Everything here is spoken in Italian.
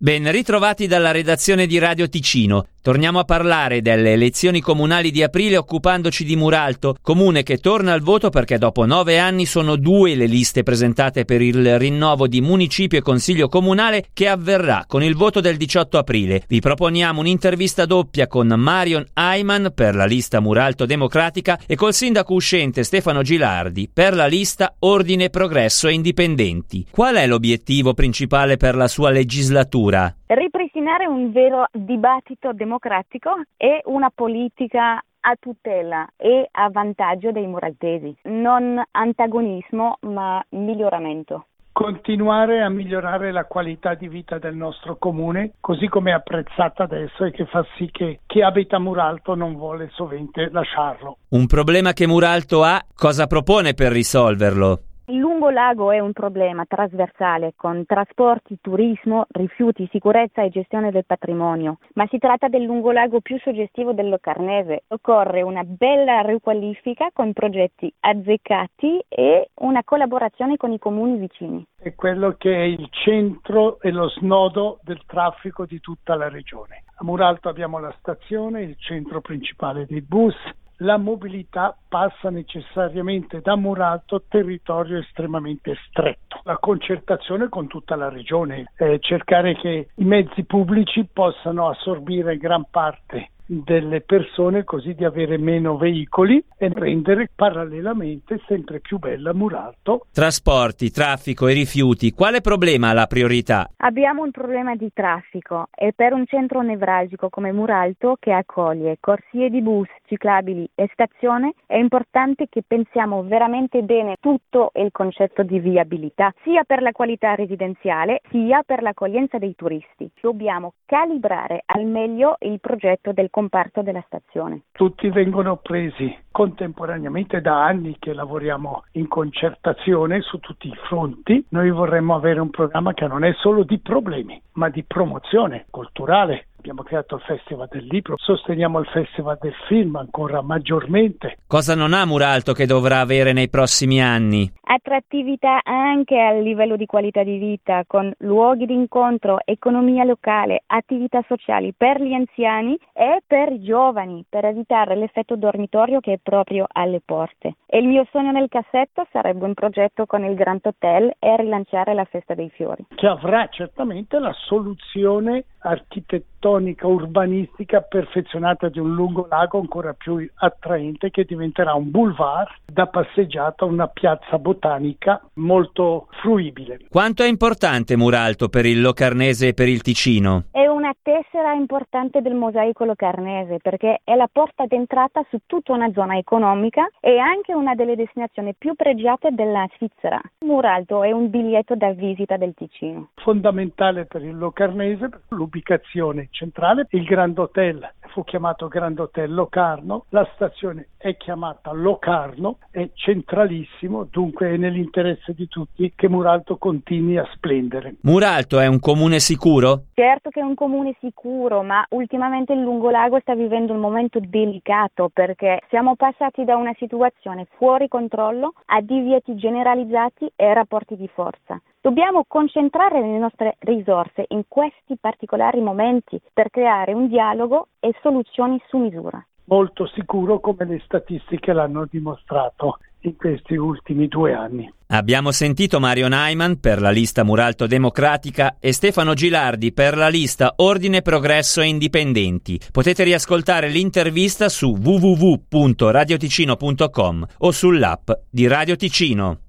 Ben ritrovati dalla redazione di Radio Ticino. Torniamo a parlare delle elezioni comunali di aprile occupandoci di Muralto, comune che torna al voto perché dopo 9 anni sono 2 le liste presentate per il rinnovo di municipio e consiglio comunale che avverrà con il voto del 18 aprile. Vi proponiamo un'intervista doppia con Marion Ayman per la lista Muralto Democratica e col sindaco uscente Stefano Gilardi per la lista Ordine, Progresso e Indipendenti. Qual è l'obiettivo principale per la sua legislatura? Ripristinare un vero dibattito democratico e una politica a tutela e a vantaggio dei muraltesi. Non antagonismo, ma miglioramento. Continuare a migliorare la qualità di vita del nostro comune, così come è apprezzata adesso e che fa sì che chi abita Muralto non vuole sovente lasciarlo. Un problema che Muralto ha, cosa propone per risolverlo? Il lungolago è un problema trasversale con trasporti, turismo, rifiuti, sicurezza e gestione del patrimonio, ma si tratta del lungolago più suggestivo del Locarnese. Occorre una bella riqualifica con progetti azzeccati e una collaborazione con i comuni vicini. È quello che è il centro e lo snodo del traffico di tutta la regione. A Muralto abbiamo la stazione, il centro principale dei bus. La mobilità passa necessariamente da Muralto, territorio estremamente stretto. La concertazione con tutta la regione, cercare che i mezzi pubblici possano assorbire gran parte delle persone così di avere meno veicoli e rendere parallelamente sempre più bella Muralto. Trasporti, traffico e rifiuti, quale problema ha la priorità? Abbiamo un problema di traffico e per un centro nevralgico come Muralto che accoglie corsie di bus, ciclabili e stazione è importante che pensiamo veramente bene tutto il concetto di viabilità, sia per la qualità residenziale sia per l'accoglienza dei turisti. Dobbiamo calibrare al meglio il progetto del comparto della stazione. Tutti vengono presi contemporaneamente, da anni che lavoriamo in concertazione su tutti i fronti. Noi vorremmo avere un programma che non è solo di problemi, ma di promozione culturale. Abbiamo creato il Festival del Libro, sosteniamo il Festival del Film ancora maggiormente. Cosa non ha Muralto che dovrà avere nei prossimi anni? Attrattività anche a livello di qualità di vita, con luoghi di incontro, economia locale, attività sociali per gli anziani e per i giovani, per evitare l'effetto dormitorio che è proprio alle porte. E il mio sogno nel cassetto sarebbe un progetto con il Grand Hotel e rilanciare la Festa dei Fiori. Che avrà certamente la soluzione architettonica, urbanistica perfezionata di un lungolago ancora più attraente che diventerà un boulevard da passeggiata, una piazza botanica molto fruibile. Quanto è importante Muralto per il Locarnese e per il Ticino? È una tessera importante del mosaico locarnese perché è la porta d'entrata su tutta una zona economica e anche una delle destinazioni più pregiate della Svizzera. Muralto è un biglietto da visita del Ticino. Fondamentale per il Locarnese, per l'ubicazione centrale, il Grand Hotel fu chiamato Grand Hotel Locarno, la stazione è chiamata Locarno, è centralissimo, dunque è nell'interesse di tutti che Muralto continui a splendere. Muralto è un comune sicuro? Certo che è un comune sicuro, ma ultimamente il lungolago sta vivendo un momento delicato perché siamo passati da una situazione fuori controllo a divieti generalizzati e rapporti di forza. Dobbiamo concentrare le nostre risorse in questi particolari momenti per creare un dialogo e soluzioni su misura. Molto sicuro, come le statistiche l'hanno dimostrato in questi ultimi 2 anni. Abbiamo sentito Marion Ayman per la lista Muralto Democratica e Stefano Gilardi per la lista Ordine, Progresso e Indipendenti. Potete riascoltare l'intervista su www.radioticino.com o sull'app di Radio Ticino.